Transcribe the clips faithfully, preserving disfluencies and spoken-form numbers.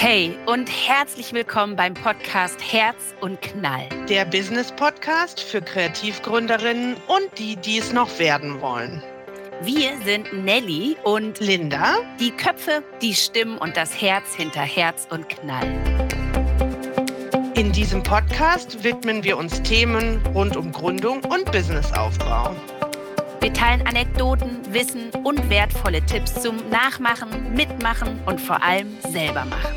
Hey und herzlich willkommen beim Podcast Herz und Knall. Der Business-Podcast für Kreativgründerinnen und die, die es noch werden wollen. Wir sind Nelly und Linda, die Köpfe, die Stimmen und das Herz hinter Herz und Knall. In diesem Podcast widmen wir uns Themen rund um Gründung und Businessaufbau. Wir teilen Anekdoten, Wissen und wertvolle Tipps zum Nachmachen, Mitmachen und vor allem selber machen.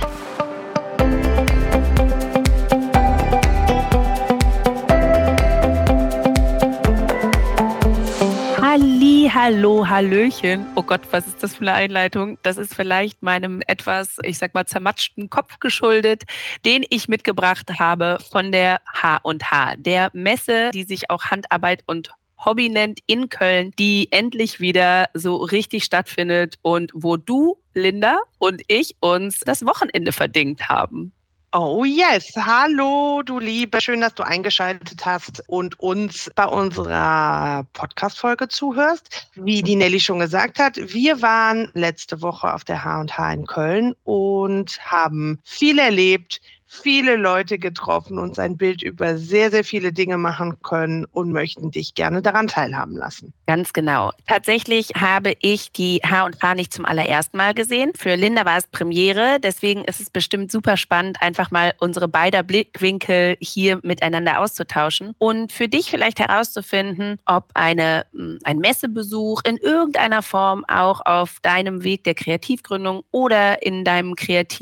Halli, hallo, hallöchen. Oh Gott, was ist das für eine Einleitung? Das ist vielleicht meinem etwas, ich sag mal, zermatschten Kopf geschuldet, den ich mitgebracht habe von der H und H, der Messe, die sich auch Handarbeit und Hobby nennt in Köln, die endlich wieder so richtig stattfindet und wo du, Linda, und ich uns das Wochenende verdingt haben. Oh yes, hallo du Liebe, schön, dass du eingeschaltet hast und uns bei unserer Podcast-Folge zuhörst. Wie die Nelly schon gesagt hat, wir waren letzte Woche auf der H und H in Köln und haben viel erlebt, viele Leute getroffen, uns ein Bild über sehr, sehr viele Dinge machen können und möchten dich gerne daran teilhaben lassen. Ganz genau. Tatsächlich habe ich die H und H nicht zum allerersten Mal gesehen. Für Linda war es Premiere, deswegen ist es bestimmt super spannend, einfach mal unsere beider Blickwinkel hier miteinander auszutauschen und für dich vielleicht herauszufinden, ob eine, ein Messebesuch in irgendeiner Form auch auf deinem Weg der Kreativgründung oder in deinem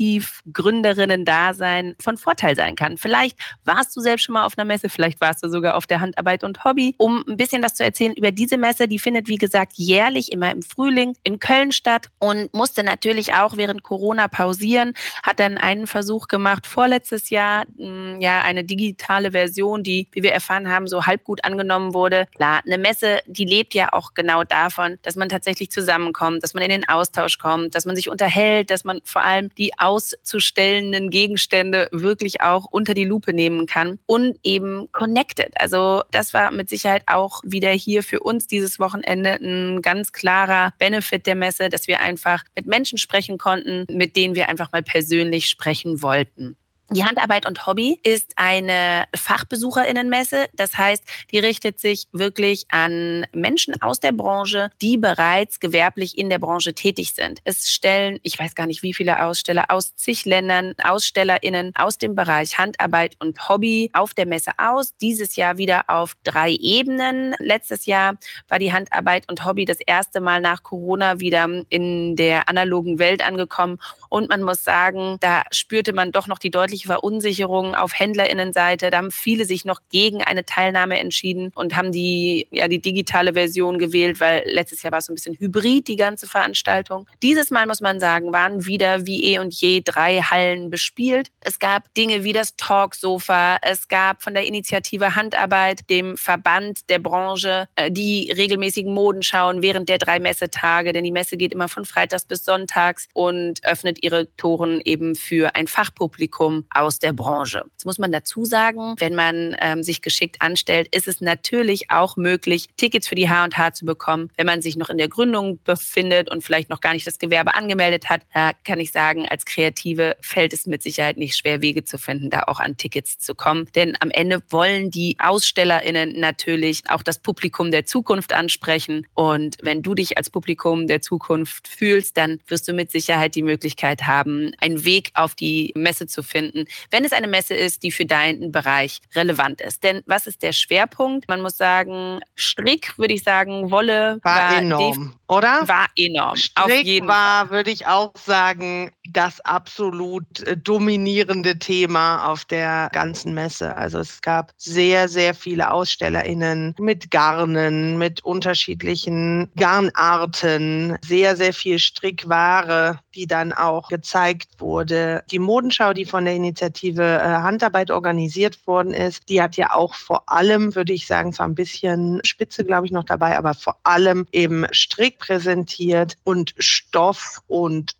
Kreativgründerinnen-Dasein von Vorteil sein kann. Vielleicht warst du selbst schon mal auf einer Messe, vielleicht warst du sogar auf der Handarbeit und Hobby. Um ein bisschen was zu erzählen über diese Messe, die findet, wie gesagt, jährlich immer im Frühling in Köln statt und musste natürlich auch während Corona pausieren, hat dann einen Versuch gemacht, vorletztes Jahr, mh, ja, eine digitale Version, die, wie wir erfahren haben, so halb gut angenommen wurde. Klar, eine Messe, die lebt ja auch genau davon, dass man tatsächlich zusammenkommt, dass man in den Austausch kommt, dass man sich unterhält, dass man vor allem die auszustellenden Gegenstände wirklich auch unter die Lupe nehmen kann und eben connected. Also das war mit Sicherheit auch wieder hier für uns dieses Wochenende ein ganz klarer Benefit der Messe, dass wir einfach mit Menschen sprechen konnten, mit denen wir einfach mal persönlich sprechen wollten. Die Handarbeit und Hobby ist eine Fachbesucherinnenmesse. Das heißt, die richtet sich wirklich an Menschen aus der Branche, die bereits gewerblich in der Branche tätig sind. Es stellen, ich weiß gar nicht wie viele Aussteller aus zig Ländern, AusstellerInnen aus dem Bereich Handarbeit und Hobby auf der Messe aus. Dieses Jahr wieder auf drei Ebenen. Letztes Jahr war die Handarbeit und Hobby das erste Mal nach Corona wieder in der analogen Welt angekommen. Und man muss sagen, da spürte man doch noch die deutliche Verunsicherung auf HändlerInnenseite. Da haben viele sich noch gegen eine Teilnahme entschieden und haben die, ja, die digitale Version gewählt, weil letztes Jahr war es so ein bisschen hybrid, die ganze Veranstaltung. Dieses Mal, muss man sagen, waren wieder wie eh und je drei Hallen bespielt. Es gab Dinge wie das Talksofa, es gab von der Initiative Handarbeit, dem Verband der Branche, die regelmäßigen Modenschauen während der drei Messetage, denn die Messe geht immer von freitags bis sonntags und öffnet ihre Toren eben für ein Fachpublikum aus der Branche. Jetzt muss man dazu sagen, wenn man ähm, sich geschickt anstellt, ist es natürlich auch möglich, Tickets für die H und H zu bekommen, wenn man sich noch in der Gründung befindet und vielleicht noch gar nicht das Gewerbe angemeldet hat. Da kann ich sagen, als Kreative fällt es mit Sicherheit nicht schwer, Wege zu finden, da auch an Tickets zu kommen. Denn am Ende wollen die AusstellerInnen natürlich auch das Publikum der Zukunft ansprechen. Und wenn du dich als Publikum der Zukunft fühlst, dann wirst du mit Sicherheit die Möglichkeit haben, einen Weg auf die Messe zu finden, wenn es eine Messe ist, die für deinen Bereich relevant ist. Denn was ist der Schwerpunkt? Man muss sagen, Strick, würde ich sagen, Wolle war, war enorm, oder? War enorm. Strick auf jeden war, Fall. würde ich auch sagen, das absolut äh, dominierende Thema auf der ganzen Messe. Also es gab sehr, sehr viele AusstellerInnen mit Garnen, mit unterschiedlichen Garnarten, sehr, sehr viel Strickware, die dann auch gezeigt wurde. Die Modenschau, die von der Initiative äh, Handarbeit organisiert worden ist, die hat ja auch vor allem, würde ich sagen, zwar ein bisschen Spitze, glaube ich, noch dabei, aber vor allem eben Strick präsentiert und Stoff und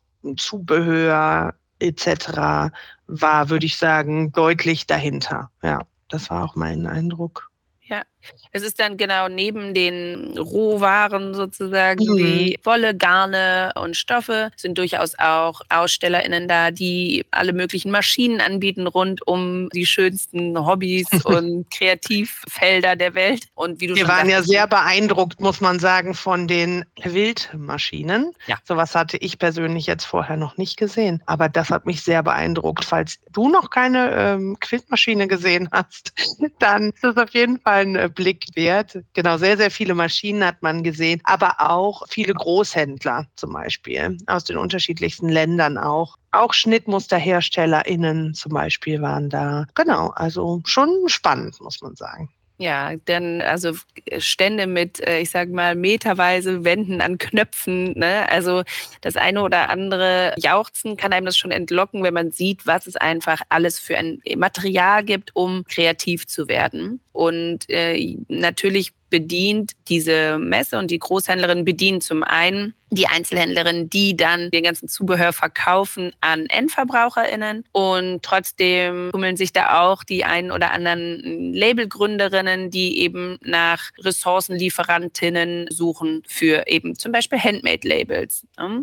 Zubehör et cetera war, würde ich sagen, deutlich dahinter. Ja, das war auch mein Eindruck. Ja, Es ist dann genau neben den Rohwaren sozusagen Mhm. wie Wolle, Garne und Stoffe sind durchaus auch AusstellerInnen da, die alle möglichen Maschinen anbieten rund um die schönsten Hobbys und Kreativfelder der Welt. Und wie du Wir schon waren ja sagtest, sehr beeindruckt, muss man sagen, von den Wildmaschinen. ja. Sowas hatte ich persönlich jetzt vorher noch nicht gesehen. Aber das hat mich sehr beeindruckt. Falls du noch keine ähm, Quiltmaschine gesehen hast, dann ist das auf jeden Fall ein äh, Blick wert. Genau, sehr, sehr viele Maschinen hat man gesehen, aber auch viele Großhändler zum Beispiel aus den unterschiedlichsten Ländern auch. Auch SchnittmusterherstellerInnen zum Beispiel waren da. Genau, also schon spannend, muss man sagen. Ja, denn also Stände mit, äh, ich sage mal, meterweise Wänden an Knöpfen, ne? Also das eine oder andere Jauchzen kann einem das schon entlocken, wenn man sieht, was es einfach alles für ein Material gibt, um kreativ zu werden. Und äh, natürlich bedient diese Messe und die Großhändlerin bedienen zum einen die Einzelhändlerin, die dann den ganzen Zubehör verkaufen an EndverbraucherInnen. Und trotzdem tummeln sich da auch die ein oder anderen Labelgründerinnen, die eben nach Ressourcenlieferantinnen suchen für eben zum Beispiel Handmade-Labels.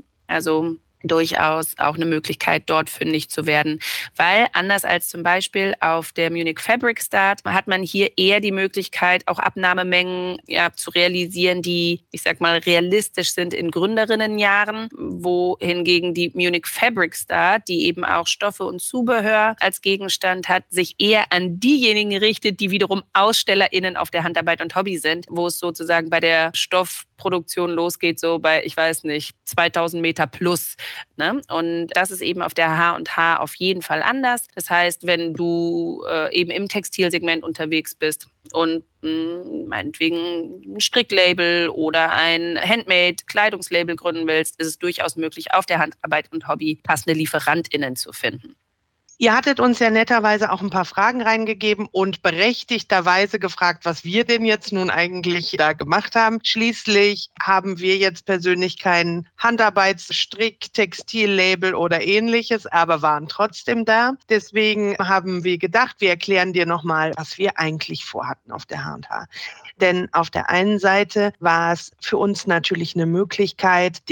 Also durchaus auch eine Möglichkeit, dort fündig zu werden. Weil anders als zum Beispiel auf der Munich Fabric Start hat man hier eher die Möglichkeit, auch Abnahmemengen ja, zu realisieren, die, ich sag mal, realistisch sind in Gründerinnenjahren, wohingegen die Munich Fabric Start, die eben auch Stoffe und Zubehör als Gegenstand hat, sich eher an diejenigen richtet, die wiederum AusstellerInnen auf der Handarbeit und Hobby sind, wo es sozusagen bei der Stoffproduktion losgeht, so bei, ich weiß nicht, zweitausend Meter plus. Ne? Und das ist eben auf der H und H auf jeden Fall anders. Das heißt, wenn du äh, eben im Textilsegment unterwegs bist und mh, meinetwegen ein Stricklabel oder ein Handmade-Kleidungslabel gründen willst, ist es durchaus möglich, auf der Handarbeit und Hobby passende LieferantInnen zu finden. Ihr hattet uns ja netterweise auch ein paar Fragen reingegeben und berechtigterweise gefragt, was wir denn jetzt nun eigentlich da gemacht haben. Schließlich haben wir jetzt persönlich kein Handarbeits-, Strick-, Textillabel oder ähnliches, aber waren trotzdem da. Deswegen haben wir gedacht, wir erklären dir nochmal, was wir eigentlich vorhatten auf der H und H. Denn auf der einen Seite war es für uns natürlich eine Möglichkeit,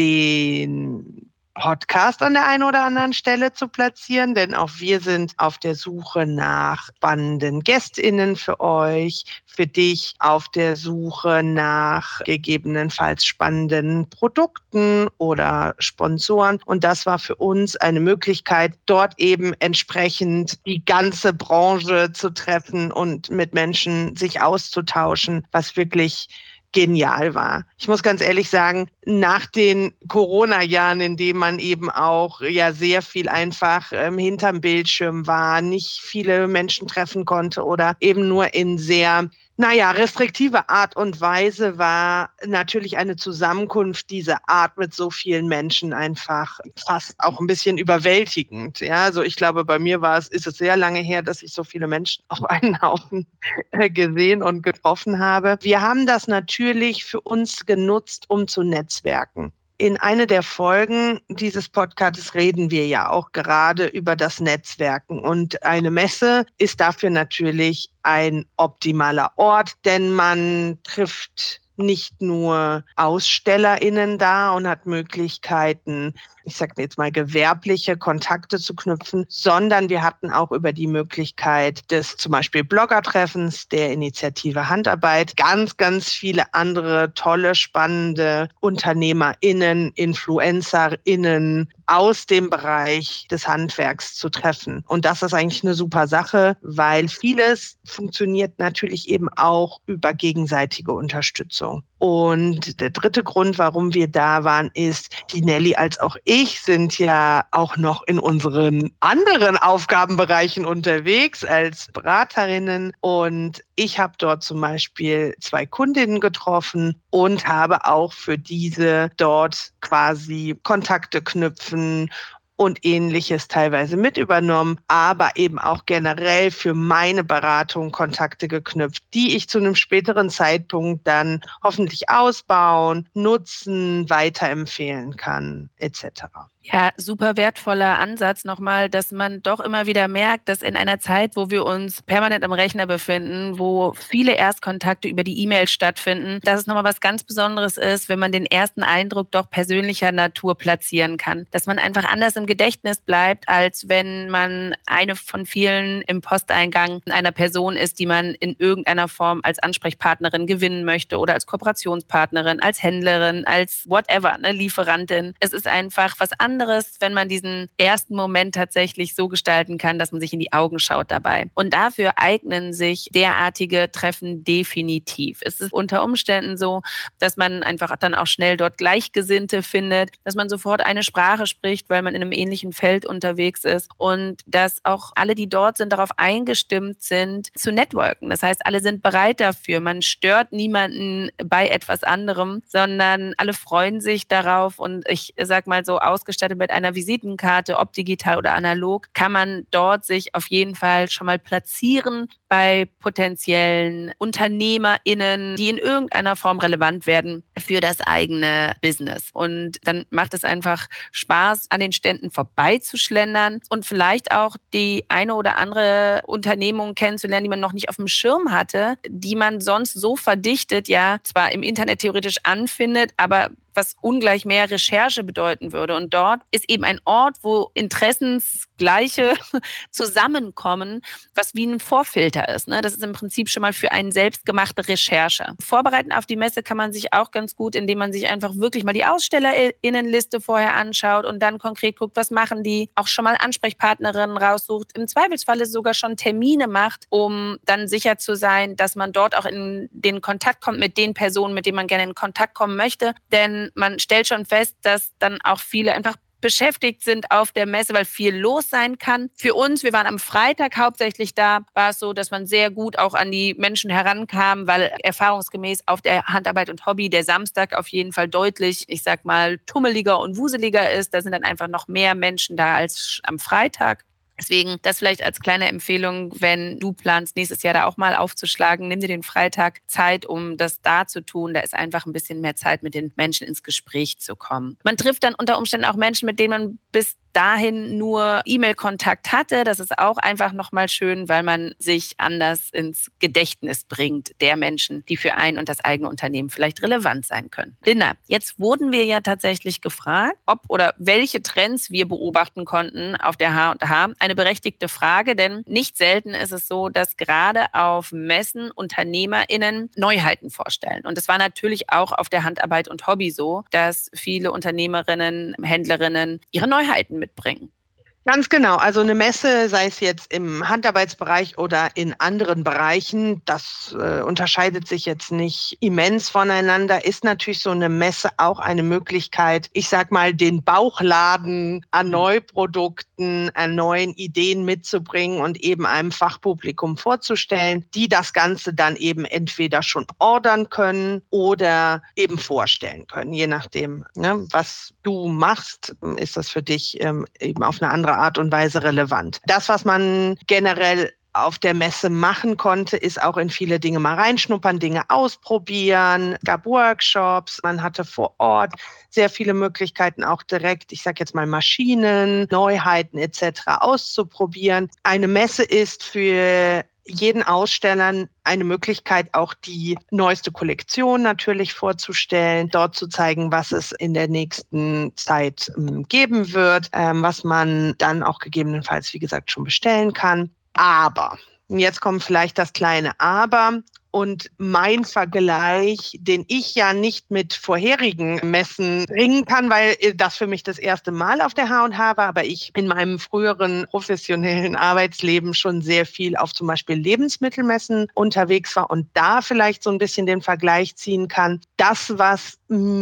den Podcast an der einen oder anderen Stelle zu platzieren, denn auch wir sind auf der Suche nach spannenden GästInnen für euch, für dich auf der Suche nach gegebenenfalls spannenden Produkten oder Sponsoren. Und das war für uns eine Möglichkeit, dort eben entsprechend die ganze Branche zu treffen und mit Menschen sich auszutauschen, was wirklich genial war. Ich muss ganz ehrlich sagen, nach den Corona-Jahren, in denen man eben auch ja sehr viel einfach ähm, hinterm Bildschirm war, nicht viele Menschen treffen konnte oder eben nur in sehr, naja, restriktive Art und Weise, war natürlich eine Zusammenkunft dieser Art mit so vielen Menschen einfach fast auch ein bisschen überwältigend. Ja, also ich glaube, bei mir war es, ist es sehr lange her, dass ich so viele Menschen auf einen Haufen gesehen und getroffen habe. Wir haben das natürlich für uns genutzt, um zu netzwerken. In einer der Folgen dieses Podcasts reden wir ja auch gerade über das Netzwerken. Und eine Messe ist dafür natürlich ein optimaler Ort, denn man trifft nicht nur AusstellerInnen da und hat Möglichkeiten, ich sage jetzt mal, gewerbliche Kontakte zu knüpfen, sondern wir hatten auch über die Möglichkeit des zum Beispiel Bloggertreffens, der Initiative Handarbeit, ganz, ganz viele andere tolle, spannende UnternehmerInnen, InfluencerInnen aus dem Bereich des Handwerks zu treffen. Und das ist eigentlich eine super Sache, weil vieles funktioniert natürlich eben auch über gegenseitige Unterstützung. Und der dritte Grund, warum wir da waren, ist, die Nelly als auch ich sind ja auch noch in unseren anderen Aufgabenbereichen unterwegs als Beraterinnen. Und ich habe dort zum Beispiel zwei Kundinnen getroffen und habe auch für diese dort quasi Kontakte knüpfen und Ähnliches teilweise mit übernommen, aber eben auch generell für meine Beratung Kontakte geknüpft, die ich zu einem späteren Zeitpunkt dann hoffentlich ausbauen, nutzen, weiterempfehlen kann, et cetera. Ja, super wertvoller Ansatz nochmal, dass man doch immer wieder merkt, dass in einer Zeit, wo wir uns permanent am Rechner befinden, wo viele Erstkontakte über die E-Mail stattfinden, dass es nochmal was ganz Besonderes ist, wenn man den ersten Eindruck doch persönlicher Natur platzieren kann. Dass man einfach anders im Gedächtnis bleibt, als wenn man eine von vielen im Posteingang einer Person ist, die man in irgendeiner Form als Ansprechpartnerin gewinnen möchte oder als Kooperationspartnerin, als Händlerin, als whatever, ne, Lieferantin. Es ist einfach was anderes. anderes, wenn man diesen ersten Moment tatsächlich so gestalten kann, dass man sich in die Augen schaut dabei. Und dafür eignen sich derartige Treffen definitiv. Es ist unter Umständen so, dass man einfach dann auch schnell dort Gleichgesinnte findet, dass man sofort eine Sprache spricht, weil man in einem ähnlichen Feld unterwegs ist und dass auch alle, die dort sind, darauf eingestimmt sind, zu networken. Das heißt, alle sind bereit dafür. Man stört niemanden bei etwas anderem, sondern alle freuen sich darauf und ich sag mal so ausgestattet mit einer Visitenkarte, ob digital oder analog, kann man dort sich auf jeden Fall schon mal platzieren bei potenziellen UnternehmerInnen, die in irgendeiner Form relevant werden für das eigene Business. Und dann macht es einfach Spaß, an den Ständen vorbeizuschlendern und vielleicht auch die eine oder andere Unternehmung kennenzulernen, die man noch nicht auf dem Schirm hatte, die man sonst so verdichtet, ja, zwar im Internet theoretisch anfindet, aber was ungleich mehr Recherche bedeuten würde. Und dort ist eben ein Ort, wo Interessensgleiche zusammenkommen, was wie ein Vorfilter ist. Ne? Das ist im Prinzip schon mal für einen selbstgemachte Recherche. Vorbereiten auf die Messe kann man sich auch ganz gut, indem man sich einfach wirklich mal die AusstellerInnenliste vorher anschaut und dann konkret guckt, was machen die, auch schon mal Ansprechpartnerinnen raussucht, im Zweifelsfalle sogar schon Termine macht, um dann sicher zu sein, dass man dort auch in den Kontakt kommt mit den Personen, mit denen man gerne in Kontakt kommen möchte. Denn man stellt schon fest, dass dann auch viele einfach beschäftigt sind auf der Messe, weil viel los sein kann. Für uns, wir waren am Freitag hauptsächlich da, war es so, dass man sehr gut auch an die Menschen herankam, weil erfahrungsgemäß auf der Handarbeit und Hobby der Samstag auf jeden Fall deutlich, ich sag mal, tummeliger und wuseliger ist. Da sind dann einfach noch mehr Menschen da als am Freitag. Deswegen das vielleicht als kleine Empfehlung, wenn du planst, nächstes Jahr da auch mal aufzuschlagen, nimm dir den Freitag Zeit, um das da zu tun. Da ist einfach ein bisschen mehr Zeit, mit den Menschen ins Gespräch zu kommen. Man trifft dann unter Umständen auch Menschen, mit denen man bis dahin nur E-Mail-Kontakt hatte. Das ist auch einfach nochmal schön, weil man sich anders ins Gedächtnis bringt der Menschen, die für ein und das eigene Unternehmen vielleicht relevant sein können. Linda, jetzt wurden wir ja tatsächlich gefragt, ob oder welche Trends wir beobachten konnten auf der H und H. Eine berechtigte Frage, denn nicht selten ist es so, dass gerade auf Messen UnternehmerInnen Neuheiten vorstellen. Und es war natürlich auch auf der Handarbeit und Hobby so, dass viele Unternehmerinnen, Händlerinnen ihre Neuheiten mitbringen. Ganz genau. Also eine Messe, sei es jetzt im Handarbeitsbereich oder in anderen Bereichen, das äh, unterscheidet sich jetzt nicht immens voneinander, ist natürlich so eine Messe auch eine Möglichkeit, ich sag mal, den Bauchladen an Neuprodukten, an neuen Ideen mitzubringen und eben einem Fachpublikum vorzustellen, die das Ganze dann eben entweder schon ordern können oder eben vorstellen können. Je nachdem, ne, was du machst, ist das für dich ähm, eben auf eine andere Art und Weise relevant. Das, was man generell auf der Messe machen konnte, ist auch in viele Dinge mal reinschnuppern, Dinge ausprobieren. Es gab Workshops, man hatte vor Ort sehr viele Möglichkeiten, auch direkt, ich sage jetzt mal Maschinen, Neuheiten et cetera auszuprobieren. Eine Messe ist für jeden Ausstellern eine Möglichkeit, auch die neueste Kollektion natürlich vorzustellen, dort zu zeigen, was es in der nächsten Zeit ähm, geben wird, ähm, was man dann auch gegebenenfalls, wie gesagt, schon bestellen kann. Aber, jetzt kommt vielleicht das kleine Aber. Und mein Vergleich, den ich ja nicht mit vorherigen Messen bringen kann, weil das für mich das erste Mal auf der H und H war, aber ich in meinem früheren professionellen Arbeitsleben schon sehr viel auf zum Beispiel Lebensmittelmessen unterwegs war und da vielleicht so ein bisschen den Vergleich ziehen kann. Das, was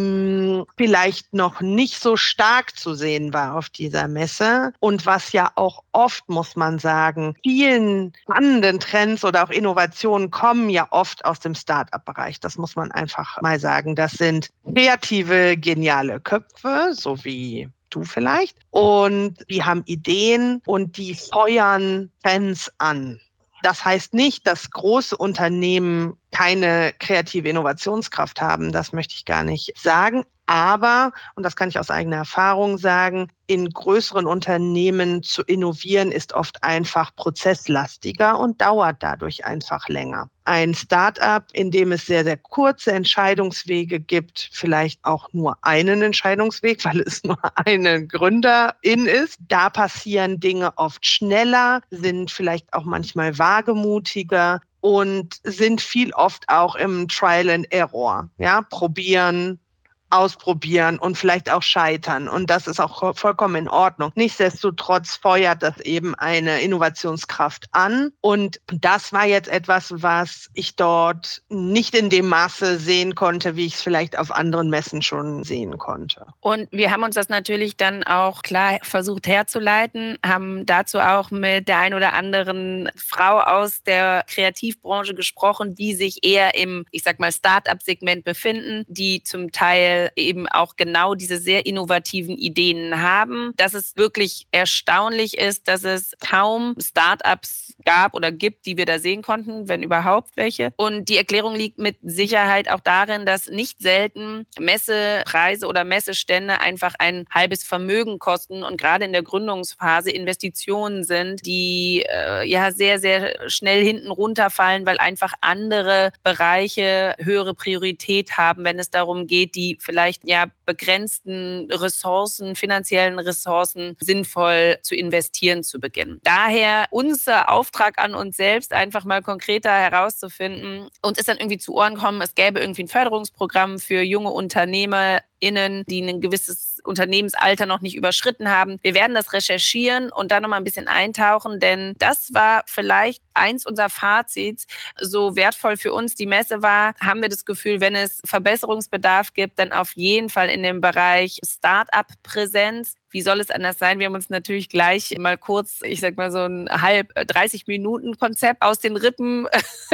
mh, vielleicht noch nicht so stark zu sehen war auf dieser Messe und was ja auch oft, muss man sagen, vielen spannenden Trends oder auch Innovationen kommen ja oft oft aus dem Start-up-Bereich. Das muss man einfach mal sagen. Das sind kreative, geniale Köpfe, so wie du vielleicht. Und die haben Ideen und die feuern Fans an. Das heißt nicht, dass große Unternehmen keine kreative Innovationskraft haben. Das möchte ich gar nicht sagen. Aber, und das kann ich aus eigener Erfahrung sagen, in größeren Unternehmen zu innovieren ist oft einfach prozesslastiger und dauert dadurch einfach länger. Ein Start-up, in dem es sehr, sehr kurze Entscheidungswege gibt, vielleicht auch nur einen Entscheidungsweg, weil es nur eine Gründerin ist, da passieren Dinge oft schneller, sind vielleicht auch manchmal wagemutiger und sind viel oft auch im Trial and Error. Ja, probieren, ausprobieren und vielleicht auch scheitern. Und das ist auch vollkommen in Ordnung. Nichtsdestotrotz feuert das eben eine Innovationskraft an. Und das war jetzt etwas, was ich dort nicht in dem Maße sehen konnte, wie ich es vielleicht auf anderen Messen schon sehen konnte. Und wir haben uns das natürlich dann auch klar versucht herzuleiten, haben dazu auch mit der ein oder anderen Frau aus der Kreativbranche gesprochen, die sich eher im, ich sag mal, Start-up-Segment befinden, die zum Teil eben auch genau diese sehr innovativen Ideen haben. Dass es wirklich erstaunlich ist, dass es kaum Start-ups gab oder gibt, die wir da sehen konnten, wenn überhaupt welche. Und die Erklärung liegt mit Sicherheit auch darin, dass nicht selten Messepreise oder Messestände einfach ein halbes Vermögen kosten und gerade in der Gründungsphase Investitionen sind, die äh, ja sehr, sehr schnell hinten runterfallen, weil einfach andere Bereiche höhere Priorität haben, wenn es darum geht, die vielleicht ja begrenzten Ressourcen, finanziellen Ressourcen sinnvoll zu investieren zu beginnen. Daher unser Auftrag an uns selbst, einfach mal konkreter herauszufinden. Uns ist dann irgendwie zu Ohren gekommen, es gäbe irgendwie ein Förderungsprogramm für junge UnternehmerInnen, die ein gewisses Unternehmensalter noch nicht überschritten haben. Wir werden das recherchieren und da nochmal ein bisschen eintauchen, denn das war vielleicht eins unserer Fazits. So wertvoll für uns die Messe war, haben wir das Gefühl, wenn es Verbesserungsbedarf gibt, dann auf jeden Fall in dem Bereich Start-up-Präsenz. Wie soll es anders sein? Wir haben uns natürlich gleich mal kurz, ich sag mal so ein halb, dreißig Minuten Konzept aus den Rippen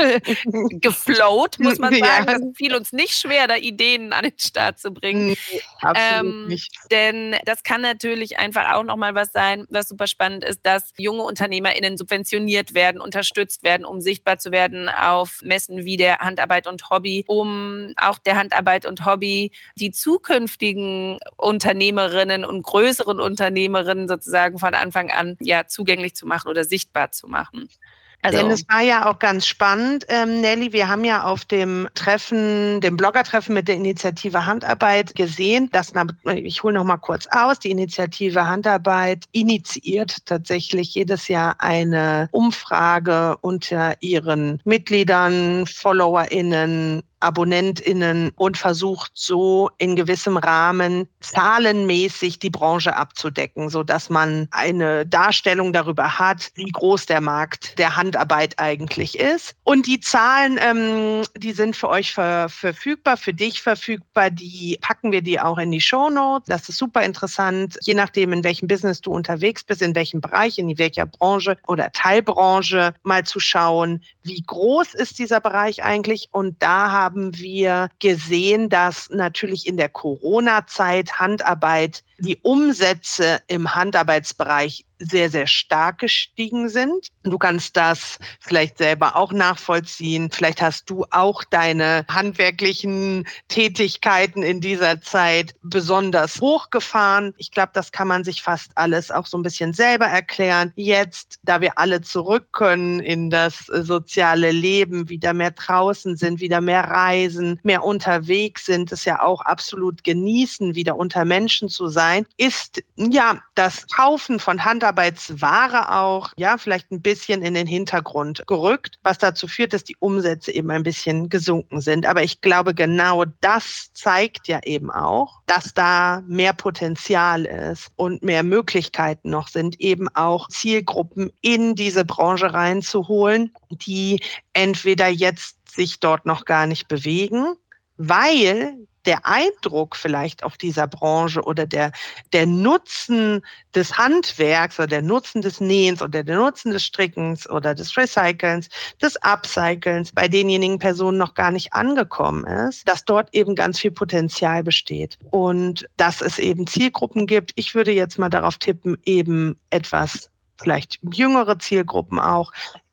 geflowt, muss man sagen. Ja. Das fiel uns nicht schwer, da Ideen an den Start zu bringen. Nee, absolut ähm, nicht. Denn das kann natürlich einfach auch nochmal was sein, was super spannend ist, dass junge UnternehmerInnen subventioniert werden, unterstützt werden, um sichtbar zu werden auf Messen wie der Handarbeit und Hobby, um auch der Handarbeit und Hobby die zukünftigen Unternehmerinnen und größeren Unternehmerinnen sozusagen von Anfang an ja zugänglich zu machen oder sichtbar zu machen. Also, Denn es war ja auch ganz spannend, ähm, Nelly, wir haben ja auf dem Treffen, dem Bloggertreffen mit der Initiative Handarbeit gesehen, dass, ich hole noch mal kurz aus, die Initiative Handarbeit initiiert tatsächlich jedes Jahr eine Umfrage unter ihren Mitgliedern, FollowerInnen, AbonnentInnen und versucht so in gewissem Rahmen zahlenmäßig die Branche abzudecken, sodass man eine Darstellung darüber hat, wie groß der Markt der Handarbeit eigentlich ist. Und die Zahlen, ähm, die sind für euch ver- verfügbar, für dich verfügbar, die packen wir dir auch in die Shownotes. Das ist super interessant, je nachdem, in welchem Business du unterwegs bist, in welchem Bereich, in welcher Branche oder Teilbranche, mal zu schauen, wie groß ist dieser Bereich eigentlich. Und da haben haben wir gesehen, dass natürlich in der Corona-Zeit Handarbeit, die Umsätze im Handarbeitsbereich sehr, sehr stark gestiegen sind. Du kannst das vielleicht selber auch nachvollziehen. Vielleicht hast du auch deine handwerklichen Tätigkeiten in dieser Zeit besonders hochgefahren. Ich glaube, das kann man sich fast alles auch so ein bisschen selber erklären. Jetzt, da wir alle zurück können in das soziale Leben, wieder mehr draußen sind, wieder mehr reisen, mehr unterwegs sind, es ja auch absolut genießen, wieder unter Menschen zu sein, ist ja das Kaufen von Handarbeitsware auch, ja, vielleicht ein bisschen in den Hintergrund gerückt, was dazu führt, dass die Umsätze eben ein bisschen gesunken sind. Aber ich glaube, genau das zeigt ja eben auch, dass da mehr Potenzial ist und mehr Möglichkeiten noch sind, eben auch Zielgruppen in diese Branche reinzuholen, die entweder jetzt sich dort noch gar nicht bewegen, weil der Eindruck vielleicht auch dieser Branche oder der, der Nutzen des Handwerks oder der Nutzen des Nähens oder der Nutzen des Strickens oder des Recycelns, des Upcyclens bei denjenigen Personen noch gar nicht angekommen ist, dass dort eben ganz viel Potenzial besteht und dass es eben Zielgruppen gibt. Ich würde jetzt mal darauf tippen, eben etwas vielleicht jüngere Zielgruppen auch,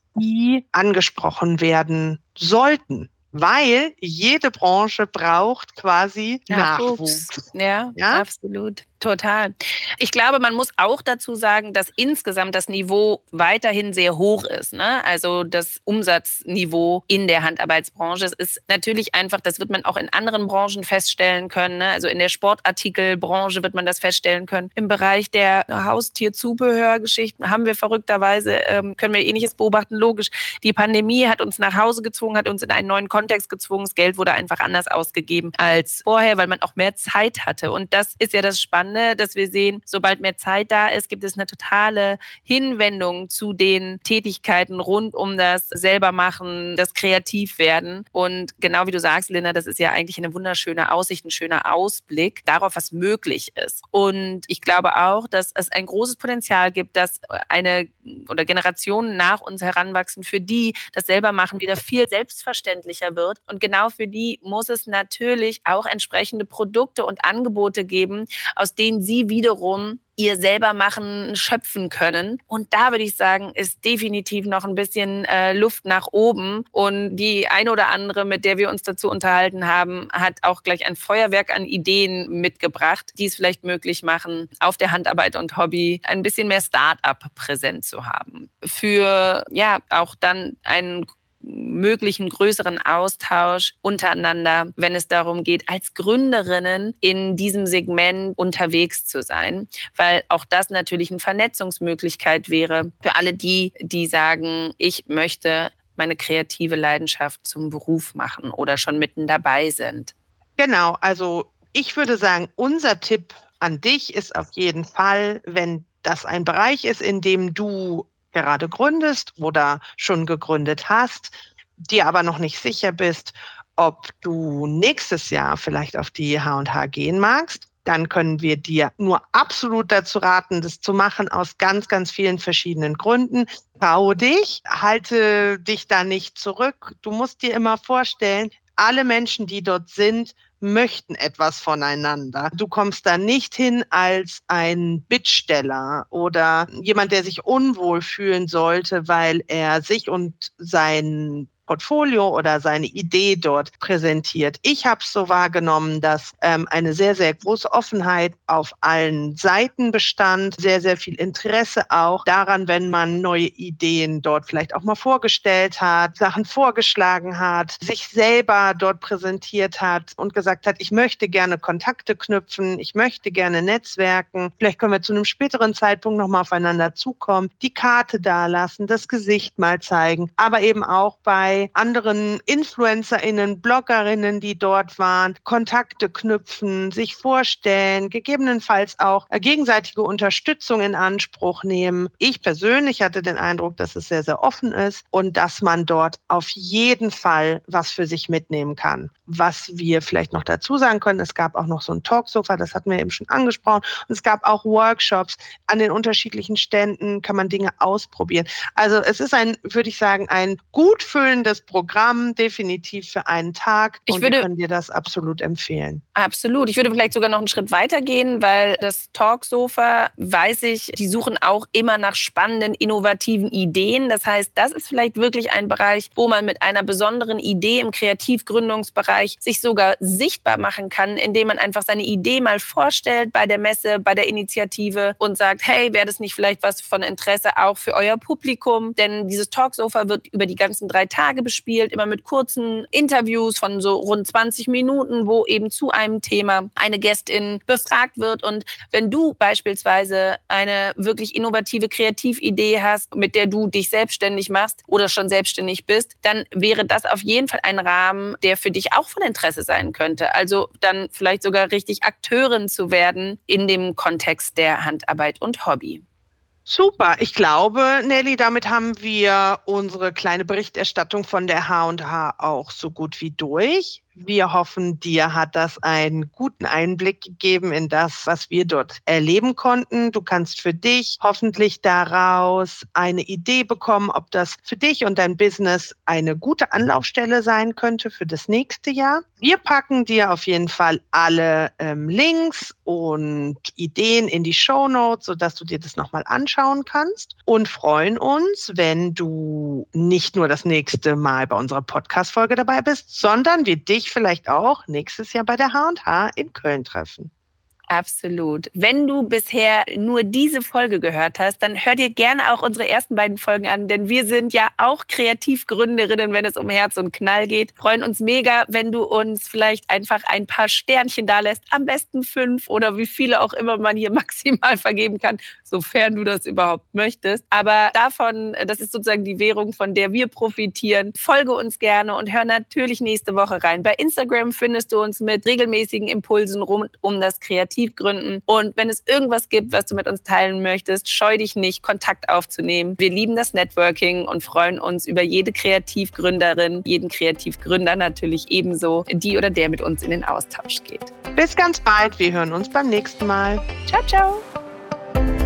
die angesprochen werden sollten. Weil jede Branche braucht quasi Nachwuchs. Nachwuchs. Ja, Ja? absolut. Total. Ich glaube, man muss auch dazu sagen, dass insgesamt das Niveau weiterhin sehr hoch ist. Ne? Also das Umsatzniveau in der Handarbeitsbranche ist natürlich einfach, das wird man auch in anderen Branchen feststellen können. Ne? Also in der Sportartikelbranche wird man das feststellen können. Im Bereich der Haustierzubehörgeschichten haben wir verrückterweise, ähm, können wir Ähnliches beobachten. Logisch, die Pandemie hat uns nach Hause gezwungen, hat uns in einen neuen Kontext gezwungen. Das Geld wurde einfach anders ausgegeben als vorher, weil man auch mehr Zeit hatte. Und das ist ja das Spannende, dass wir sehen, sobald mehr Zeit da ist, gibt es eine totale Hinwendung zu den Tätigkeiten rund um das Selbermachen, das Kreativwerden. Und genau wie du sagst, Linda, das ist ja eigentlich eine wunderschöne Aussicht, ein schöner Ausblick darauf, was möglich ist. Und ich glaube auch, dass es ein großes Potenzial gibt, dass eine oder Generationen nach uns heranwachsen, für die das Selbermachen wieder viel selbstverständlicher wird. Und genau für die muss es natürlich auch entsprechende Produkte und Angebote geben, aus denen sie wiederum ihr Selbermachen schöpfen können. Und da würde ich sagen, ist definitiv noch ein bisschen äh, Luft nach oben. Und die eine oder andere, mit der wir uns dazu unterhalten haben, hat auch gleich ein Feuerwerk an Ideen mitgebracht, die es vielleicht möglich machen, auf der Handarbeit und Hobby ein bisschen mehr Start-up präsent zu haben. Für ja auch dann einen möglichen größeren Austausch untereinander, wenn es darum geht, als Gründerinnen in diesem Segment unterwegs zu sein, weil auch das natürlich eine Vernetzungsmöglichkeit wäre für alle die, die sagen, ich möchte meine kreative Leidenschaft zum Beruf machen oder schon mitten dabei sind. Genau, also ich würde sagen, unser Tipp an dich ist auf jeden Fall, wenn das ein Bereich ist, in dem du gerade gründest oder schon gegründet hast, dir aber noch nicht sicher bist, ob du nächstes Jahr vielleicht auf die H und H gehen magst, dann können wir dir nur absolut dazu raten, das zu machen aus ganz, ganz vielen verschiedenen Gründen. Traue dich, halte dich da nicht zurück. Du musst dir immer vorstellen, alle Menschen, die dort sind, möchten etwas voneinander. Du kommst da nicht hin als ein Bittsteller oder jemand, der sich unwohl fühlen sollte, weil er sich und sein Portfolio oder seine Idee dort präsentiert. Ich habe es so wahrgenommen, dass ähm, eine sehr, sehr große Offenheit auf allen Seiten bestand, sehr, sehr viel Interesse auch daran, wenn man neue Ideen dort vielleicht auch mal vorgestellt hat, Sachen vorgeschlagen hat, sich selber dort präsentiert hat und gesagt hat, ich möchte gerne Kontakte knüpfen, ich möchte gerne netzwerken, vielleicht können wir zu einem späteren Zeitpunkt nochmal aufeinander zukommen, die Karte dalassen, das Gesicht mal zeigen, aber eben auch bei anderen InfluencerInnen, BloggerInnen, die dort waren, Kontakte knüpfen, sich vorstellen, gegebenenfalls auch gegenseitige Unterstützung in Anspruch nehmen. Ich persönlich hatte den Eindruck, dass es sehr, sehr offen ist und dass man dort auf jeden Fall was für sich mitnehmen kann. Was wir vielleicht noch dazu sagen können, es gab auch noch so ein Talksofa, das hatten wir eben schon angesprochen. Und es gab auch Workshops. An den unterschiedlichen Ständen kann man Dinge ausprobieren. Also es ist ein, würde ich sagen, ein gut füllendes Programm, definitiv für einen Tag. Und Ich würde, wir können dir das absolut empfehlen. Absolut. Ich würde vielleicht sogar noch einen Schritt weiter gehen, weil das Talksofa, weiß ich, die suchen auch immer nach spannenden, innovativen Ideen. Das heißt, das ist vielleicht wirklich ein Bereich, wo man mit einer besonderen Idee im Kreativgründungsbereich sich sogar sichtbar machen kann, indem man einfach seine Idee mal vorstellt bei der Messe, bei der Initiative und sagt, hey, wäre das nicht vielleicht was von Interesse auch für euer Publikum? Denn dieses Talksofa wird über die ganzen drei Tage bespielt, immer mit kurzen Interviews von so rund zwanzig Minuten, wo eben zu einem Thema eine Gästin befragt wird. Und wenn du beispielsweise eine wirklich innovative Kreatividee hast, mit der du dich selbstständig machst oder schon selbstständig bist, dann wäre das auf jeden Fall ein Rahmen, der für dich auch von Interesse sein könnte. Also dann vielleicht sogar richtig Akteurin zu werden in dem Kontext der Handarbeit und Hobby. Super. Ich glaube, Nelly, damit haben wir unsere kleine Berichterstattung von der H und H auch so gut wie durch. Wir hoffen, dir hat das einen guten Einblick gegeben in das, was wir dort erleben konnten. Du kannst für dich hoffentlich daraus eine Idee bekommen, ob das für dich und dein Business eine gute Anlaufstelle sein könnte für das nächste Jahr. Wir packen dir auf jeden Fall alle ähm, Links und Ideen in die Shownotes, sodass du dir das nochmal anschauen kannst und freuen uns, wenn du nicht nur das nächste Mal bei unserer Podcast-Folge dabei bist, sondern wir dich vielleicht auch nächstes Jahr bei der H und H in Köln treffen. Absolut. Wenn du bisher nur diese Folge gehört hast, dann hör dir gerne auch unsere ersten beiden Folgen an, denn wir sind ja auch Kreativgründerinnen, wenn es um Herz und Knall geht. Freuen uns mega, wenn du uns vielleicht einfach ein paar Sternchen da lässt, am besten fünf oder wie viele auch immer man hier maximal vergeben kann, sofern du das überhaupt möchtest. Aber davon, das ist sozusagen die Währung, von der wir profitieren. Folge uns gerne und hör natürlich nächste Woche rein. Bei Instagram findest du uns mit regelmäßigen Impulsen rund um das Kreativ gründen. Und wenn es irgendwas gibt, was du mit uns teilen möchtest, scheu dich nicht, Kontakt aufzunehmen. Wir lieben das Networking und freuen uns über jede Kreativgründerin, jeden Kreativgründer natürlich ebenso, die oder der mit uns in den Austausch geht. Bis ganz bald. Wir hören uns beim nächsten Mal. Ciao, ciao.